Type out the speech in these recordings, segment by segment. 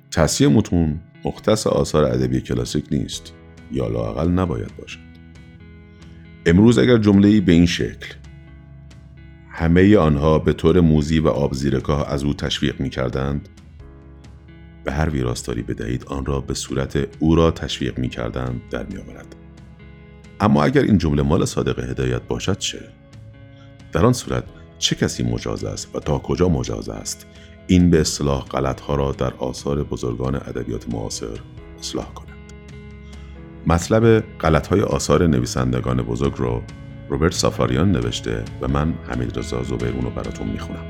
تصحیح متون مختص آثار ادبی کلاسیک نیست، یا لااقل نباید باشد. امروز اگر جمله‌ای به این شکل همه آنها به طور موذی و آبزیرکاه از او تشویق می‌کردند، به هر ویراستاری بدهید آن را به صورت او را تشویق می‌کردند در می‌آورد. اما اگر این جمله مال صادق هدایت باشد چه؟ در آن صورت چه کسی مجاز است و تا کجا مجاز است این به اصطلاح غلط‌ها را در آثار بزرگان ادبیات معاصر اصلاح کند؟ مطلب غلط‌های آثار نویسندگان بزرگ را روبرت سافاریان نوشته و من حمیدرضا زبیرون رو براتون میخونم.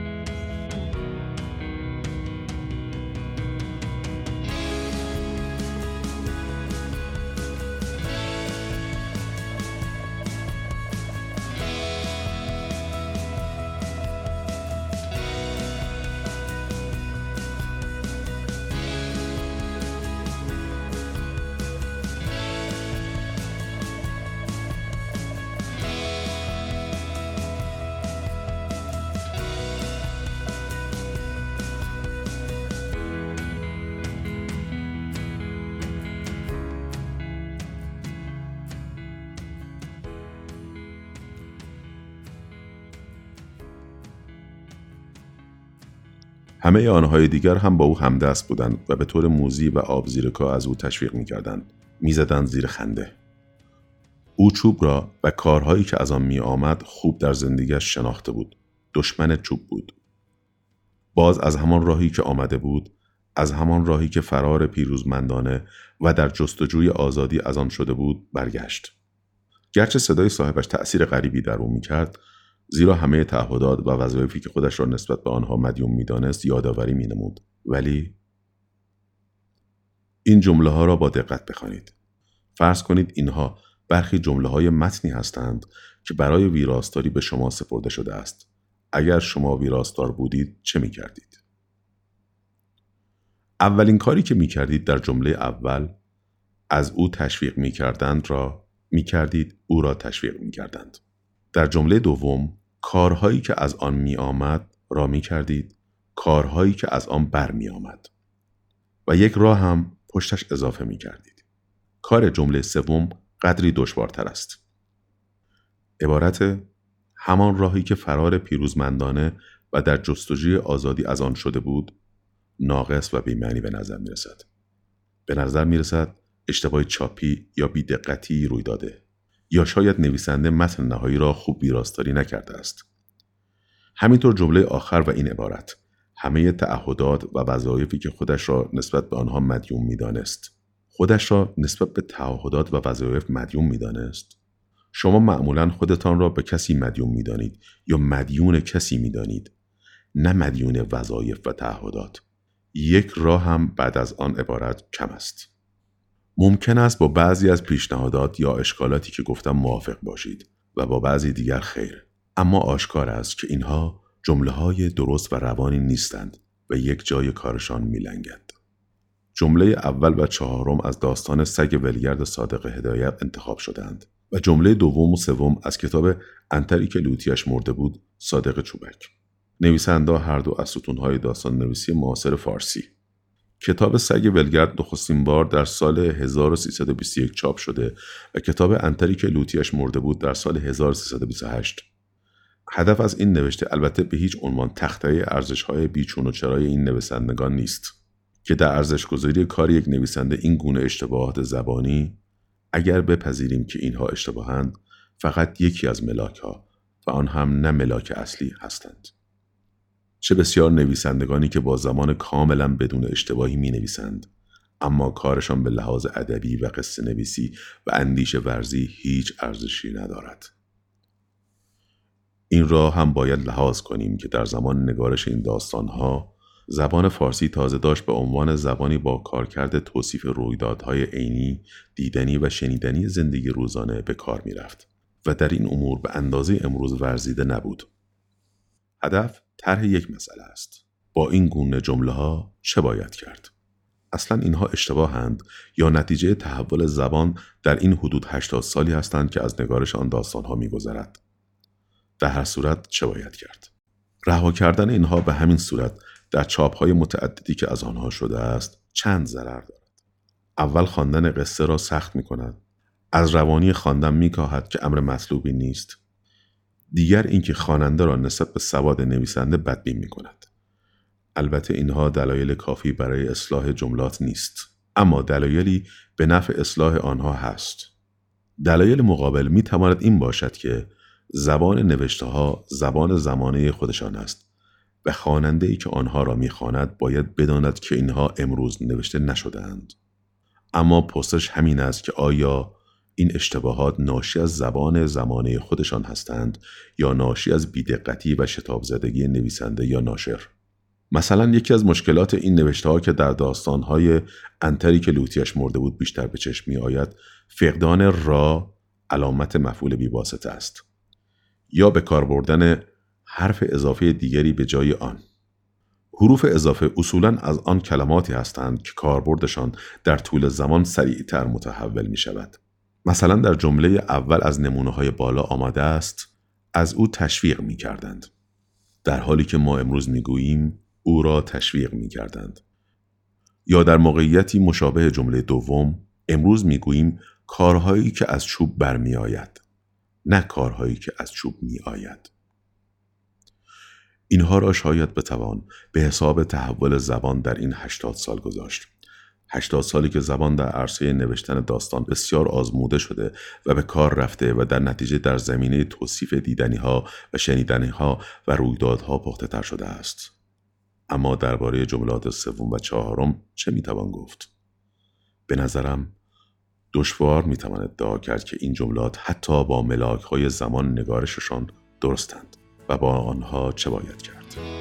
همه آنهای دیگر هم با او همدست بودند و به طور موذی و آبزیرکاه از او تشویق می‌کردند، می‌زدند زیر خنده. او چوب را و کارهایی که از آن می‌آمد خوب در زندگیش شناخته بود. دشمن چوب بود. باز از همان راهی که آمده بود، از همان راهی که فرار پیروزمندانه و در جستجوی آزادی از آن شده بود، برگشت. گرچه صدای صاحبش تأثیر غریبی در او می‌کرد، زیرا همه تعهدات و وظایفی که خودش را نسبت به آنها مدیون می‌دانست یادآوری می‌نمود، ولی این جمله‌ها را با دقت بخوانید. فرض کنید اینها برخی جمله‌های متنی هستند که برای ویراستاری به شما سپرده شده است. اگر شما ویراستار بودید چه می‌کردید؟ اولین کاری که می‌کردید در جمله اول از او تشویق می‌کردند را می‌کردید او را تشویق می‌کردند. در جمله دوم کارهایی که از آن می آمد را می کردید، کارهایی که از آن بر می آمد و یک راه هم پشتش اضافه می کردید. کار جمله سوم قدری دشوارتر است. عبارت همان راهی که فرار پیروزمندانه و در جستجوی آزادی از آن شده بود ناقص و بی‌معنی به نظر می رسد. به نظر می رسد اشتباه چاپی یا بی‌دقتی روی داده، یا شاید نویسنده متن نهایی را خوب ویراستاری نکرده است. همینطور جمله آخر و این عبارت همه تعهدات و وظایفی که خودش را نسبت به آنها مدیون می‌دانست. خودش را نسبت به تعهدات و وظایف مدیون می‌دانست. شما معمولاً خودتان را به کسی مدیون می‌دانید یا مدیون کسی می‌دانید، نه مدیون وظایف و تعهدات. یک راه هم بعد از آن عبارت کم است. ممکن است با بعضی از پیشنهادات یا اشکالاتی که گفتم موافق باشید و با بعضی دیگر خیر، اما آشکار است که اینها جمله‌های درست و روانی نیستند و یک جای کارشان می‌لنگد. جمله اول و چهارم از داستان سگ ولگرد صادق هدایت انتخاب شدند و جمله دوم و سوم از کتاب عنتری که لوطی‌اش مرده بود صادق چوبک. نویسنده هر دو از ستون‌های داستان نویسی معاصر فارسی. کتاب سگ ولگرد نخستین بار در سال 1321 چاپ شده و کتاب عنتری که لوطی‌اش مرده بود در سال 1328. هدف از این نوشته البته به هیچ عنوان تخته ارزش‌های بیچون و چرای این نویسندگان نیست که در ارزش‌گذاری کار یک نویسنده این گونه اشتباهات زبانی، اگر بپذیریم که اینها اشتباهند، فقط یکی از ملاک‌ها و آن هم نه ملاک اصلی هستند. چه بسیار نویسندگانی که با زمان کاملا بدون اشتباهی می نویسند، اما کارشان به لحاظ ادبی و قصه نویسی و اندیشه ورزی هیچ ارزشی ندارد. این را هم باید لحاظ کنیم که در زمان نگارش این داستانها زبان فارسی تازه داشت به عنوان زبانی با کارکرد توصیف رویدادهای عینی، دیدنی و شنیدنی زندگی روزانه به کار می رفت و در این امور به اندازه امروز ورزیده نبود. هدف طرح یک مسئله است. با این گونه جمله ها چه باید کرد؟ اصلا اینها اشتباهند یا نتیجه تحول زبان در این حدود 80 سالی هستند که از نگارش آن داستان ها می گذرد؟ در هر صورت چه باید کرد؟ رها کردن اینها به همین صورت در چاپ‌های متعددی که از آنها شده است چند ضرر دارد. اول خواندن قصه را سخت می‌کند. از روانی خواندن می‌کاهد که امر مطلوبی نیست. دیگر اینکه خواننده را نسبت به سواد نویسنده بدبین می‌کند. البته اینها دلایل کافی برای اصلاح جملات نیست، اما دلایلی به نفع اصلاح آنها هست. دلایل مقابل می‌تواند این باشد که زبان نوشته‌ها زبان زمانه خودشان است و خواننده‌ای که آنها را می‌خواند باید بداند که اینها امروز نوشته نشده‌اند. اما پرسش همین است که آیا این اشتباهات ناشی از زبان زمانه خودشان هستند یا ناشی از بی‌دقتی و شتاب‌زدگی نویسنده یا ناشر؟ مثلا یکی از مشکلات این نوشته‌ها که در داستان‌های انتری که لوطی‌اش مرده بود بیشتر به چشم می‌آید، فقدان را علامت مفعول بی‌واسطه است یا به کار بردن حرف اضافه دیگری به جای آن. حروف اضافه اصولاً از آن کلماتی هستند که کاربردشان در طول زمان سریعتر متحول می شود. مثلا در جمله اول از نمونه‌های بالا آمده است از او تشویق می کردند، در حالی که ما امروز می گوییم او را تشویق می کردند. یا در موقعیتی مشابه جمله دوم امروز می گوییم کارهایی که از چوب برمی آید، نه کارهایی که از چوب می آید. اینها را شاید بتوان به حساب تحول زبان در این 80 سال گذاشت. 80 سالی که زبان در عرصه نوشتن داستان بسیار آزموده شده و به کار رفته و در نتیجه در زمینه توصیف دیدنی‌ها و شنیدنی‌ها و رویدادها پخته تر شده است. اما درباره جملات سوم و چهارم چه میتوان گفت؟ به نظرم دشوار میتوان ادعا کرد که این جملات حتی با ملاک‌های زمان نگارششان درستند و با آنها چه باید کرد؟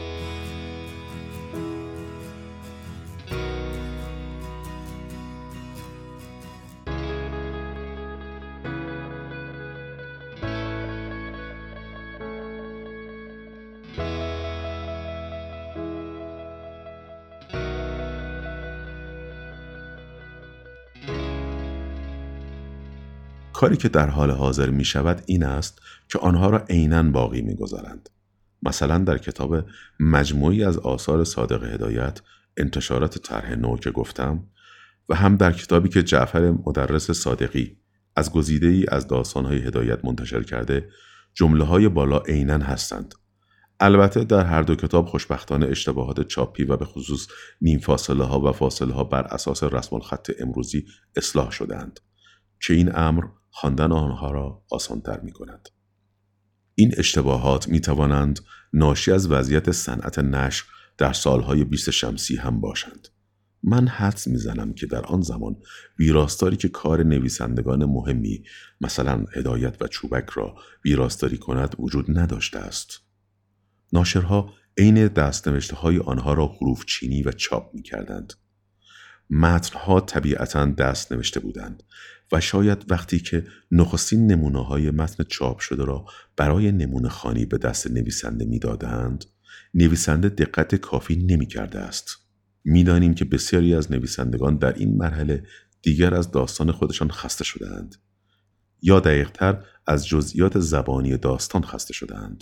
کاری که در حال حاضر می شود این است که آنها را عیناً باقی می گذارند. مثلا در کتاب مجموعی از آثار صادق هدایت انتشارات طرح نو که گفتم و هم در کتابی که جعفر مدرس صادقی از گزیده‌ای از داستان‌های هدایت منتشر کرده جمله‌های بالا عیناً هستند. البته در هر دو کتاب خوشبختانه اشتباهات چاپی و به خصوص نیم فاصله ها و فاصله ها بر اساس رسم الخط امروزی اصلاح شده‌اند که این امر خواندن آنها را آسان‌تر می‌کند. این اشتباهات می‌توانند ناشی از وضعیت صنعت نشر در سالهای 20 شمسی هم باشند. من حدس می‌زنم که در آن زمان ویراستاری که کار نویسندگان مهمی مثلا هدایت و چوبک را ویراستاری کند وجود نداشته است. ناشرها عین دست‌نوشته‌های آنها را حروف چینی و چاپ می‌کردند. متن‌ها طبیعتاً دست نوشته بودند و شاید وقتی که نخستین نمونه‌های متن چاپ شده را برای نمونه خوانی به دست نویسنده می‌دادند، نویسنده دقت کافی نمی‌کرده است. می‌دانیم که بسیاری از نویسندگان در این مرحله دیگر از داستان خودشان خسته شده‌اند یا دقیق‌تر از جزئیات زبانی داستان خسته شده‌اند.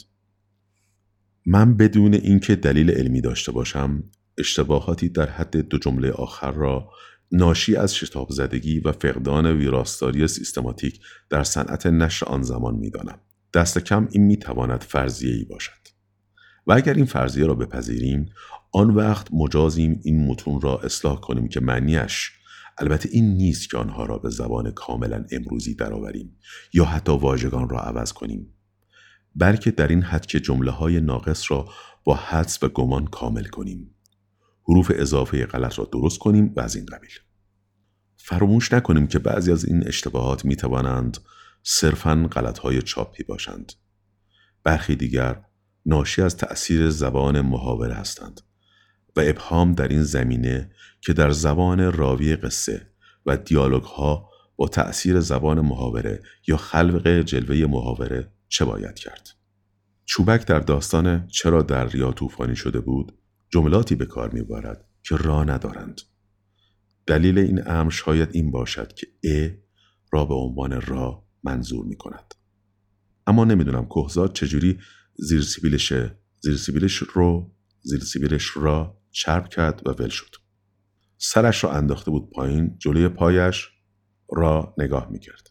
من بدون اینکه دلیل علمی داشته باشم اشتباهاتی در حد دو جمله آخر را ناشی از شتاب زدگی و فقدان ویراستاری سیستماتیک در صنعت نشر آن زمان می‌دانم. دست کم این می‌تواند فرضیه‌ای باشد. و اگر این فرضیه را بپذیریم، آن وقت مجازیم این متون را اصلاح کنیم که معنیش البته این نیست که آنها را به زبان کاملا امروزی درآوریم یا حتی واژگان را عوض کنیم، بلکه در این حد که جمله‌های ناقص را با حدس و گمان کامل کنیم. حروف اضافه غلط را درست کنیم و از این قبیل. فراموش نکنیم که بعضی از این اشتباهات می توانند صرفاً غلط‌های چاپی باشند. برخی دیگر ناشی از تأثیر زبان محاوره هستند و ابهام در این زمینه که در زبان راوی قصه و دیالوگ‌ها با تأثیر زبان محاوره یا خلق جلوه محاوره چه باید کرد. چوبک در داستان چرا دریا طوفانی شده بود جملاتی به کار می‌برد که راه ندارند. دلیل این امر شاید این باشد که را به عنوان را منظور می‌کند. اما نمی‌دونم کهزاد چجوری زیر سیبیلش رو زیر سیبیلش را چرب کرد و ول شد. سرش را انداخته بود پایین، جلوی پایش را نگاه میکرد.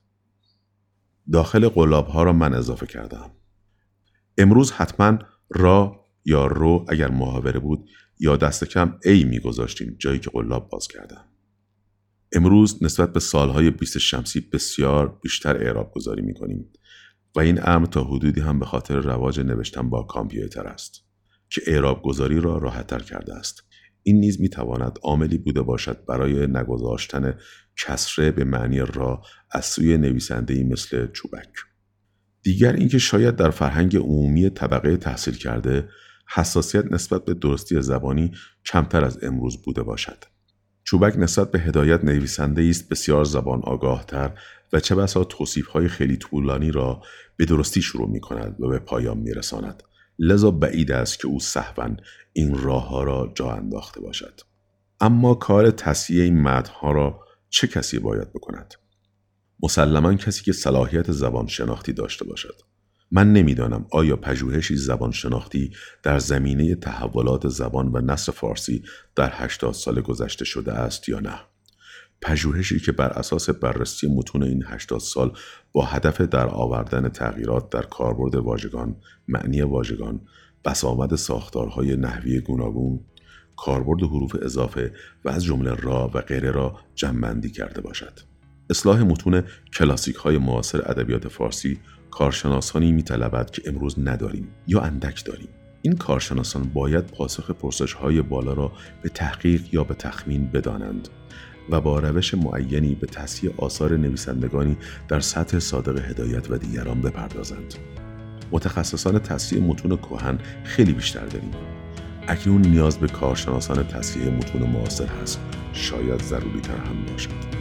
داخل قلاب‌ها را من اضافه کردم. امروز حتما را یا رو اگر محاوره بود یا دست کم ای میگذاشتیم جایی که قلاب باز کردم. امروز نسبت به سالهای 20 شمسی بسیار بیشتر اعراب گذاری میکنیم و این امر تا حدودی هم به خاطر رواج نوشتن با کامپیوتر است که اعراب گذاری را راحت‌تر کرده است. این نیز میتواند عاملی بوده باشد برای نگذاشتن کسره به معنی را از سوی نویسنده‌ای مثل چوبک. دیگر اینکه شاید در فرهنگ عمومی طبقه تحصیل کرده حساسیت نسبت به درستی زبانی کمتر از امروز بوده باشد. چوبک نسبت به هدایت نویسنده‌ای است بسیار زبان آگاهتر و چه بسا توصیف‌های خیلی طولانی را به درستی شروع می‌کند و به پایان می‌رساند. لذا بعید است که او سهواً این راه‌ها را جا انداخته باشد. اما کار تصحیح این متن‌ها را چه کسی باید بکند؟ مسلماً کسی که صلاحیت زبان شناختی داشته باشد. من نمیدانم آیا پژوهشی زبان شناختی در زمینه تحولات زبان و نثر فارسی در 80 سال گذشته شده است یا نه. پژوهشی که بر اساس بررسی متون این 80 سال با هدف در آوردن تغییرات در کاربرد واژگان، معنی واژگان، بسامد ساختارهای نحوی گوناگون، کاربرد حروف اضافه و از جمله را و غیره را جمع‌بندی کرده باشد. اصلاح متون کلاسیک های معاصر ادبیات فارسی کارشناسانی می‌طلبد که امروز نداریم یا اندک داریم. این کارشناسان باید پاسخ پرسش‌های بالا را به تحقیق یا به تخمین بدانند و با روش معینی به تصحیح آثار نویسندگانی در سطح صادق هدایت و دیگران بپردازند. متخصصان تصحیح متون کهن خیلی بیشتر داریم. اکنون نیاز به کارشناسان تصحیح متون معاصر هست، شاید ضروری تر هم باشد.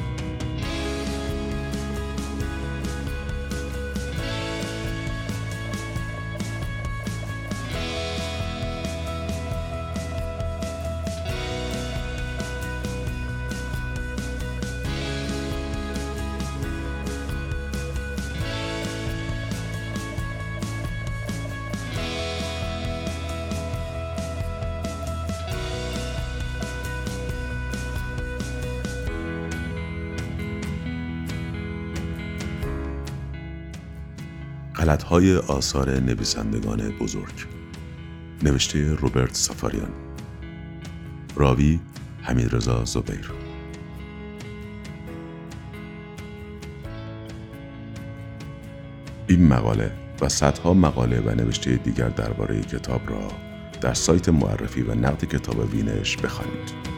غلط‌های آثار نویسندگان بزرگ، نوشته روبرت سافاریان، راوی حمیدرضا زبیر. این مقاله و صدها مقاله و نوشته دیگر درباره کتاب را در سایت معرفی و نقد کتاب وینش بخوانید.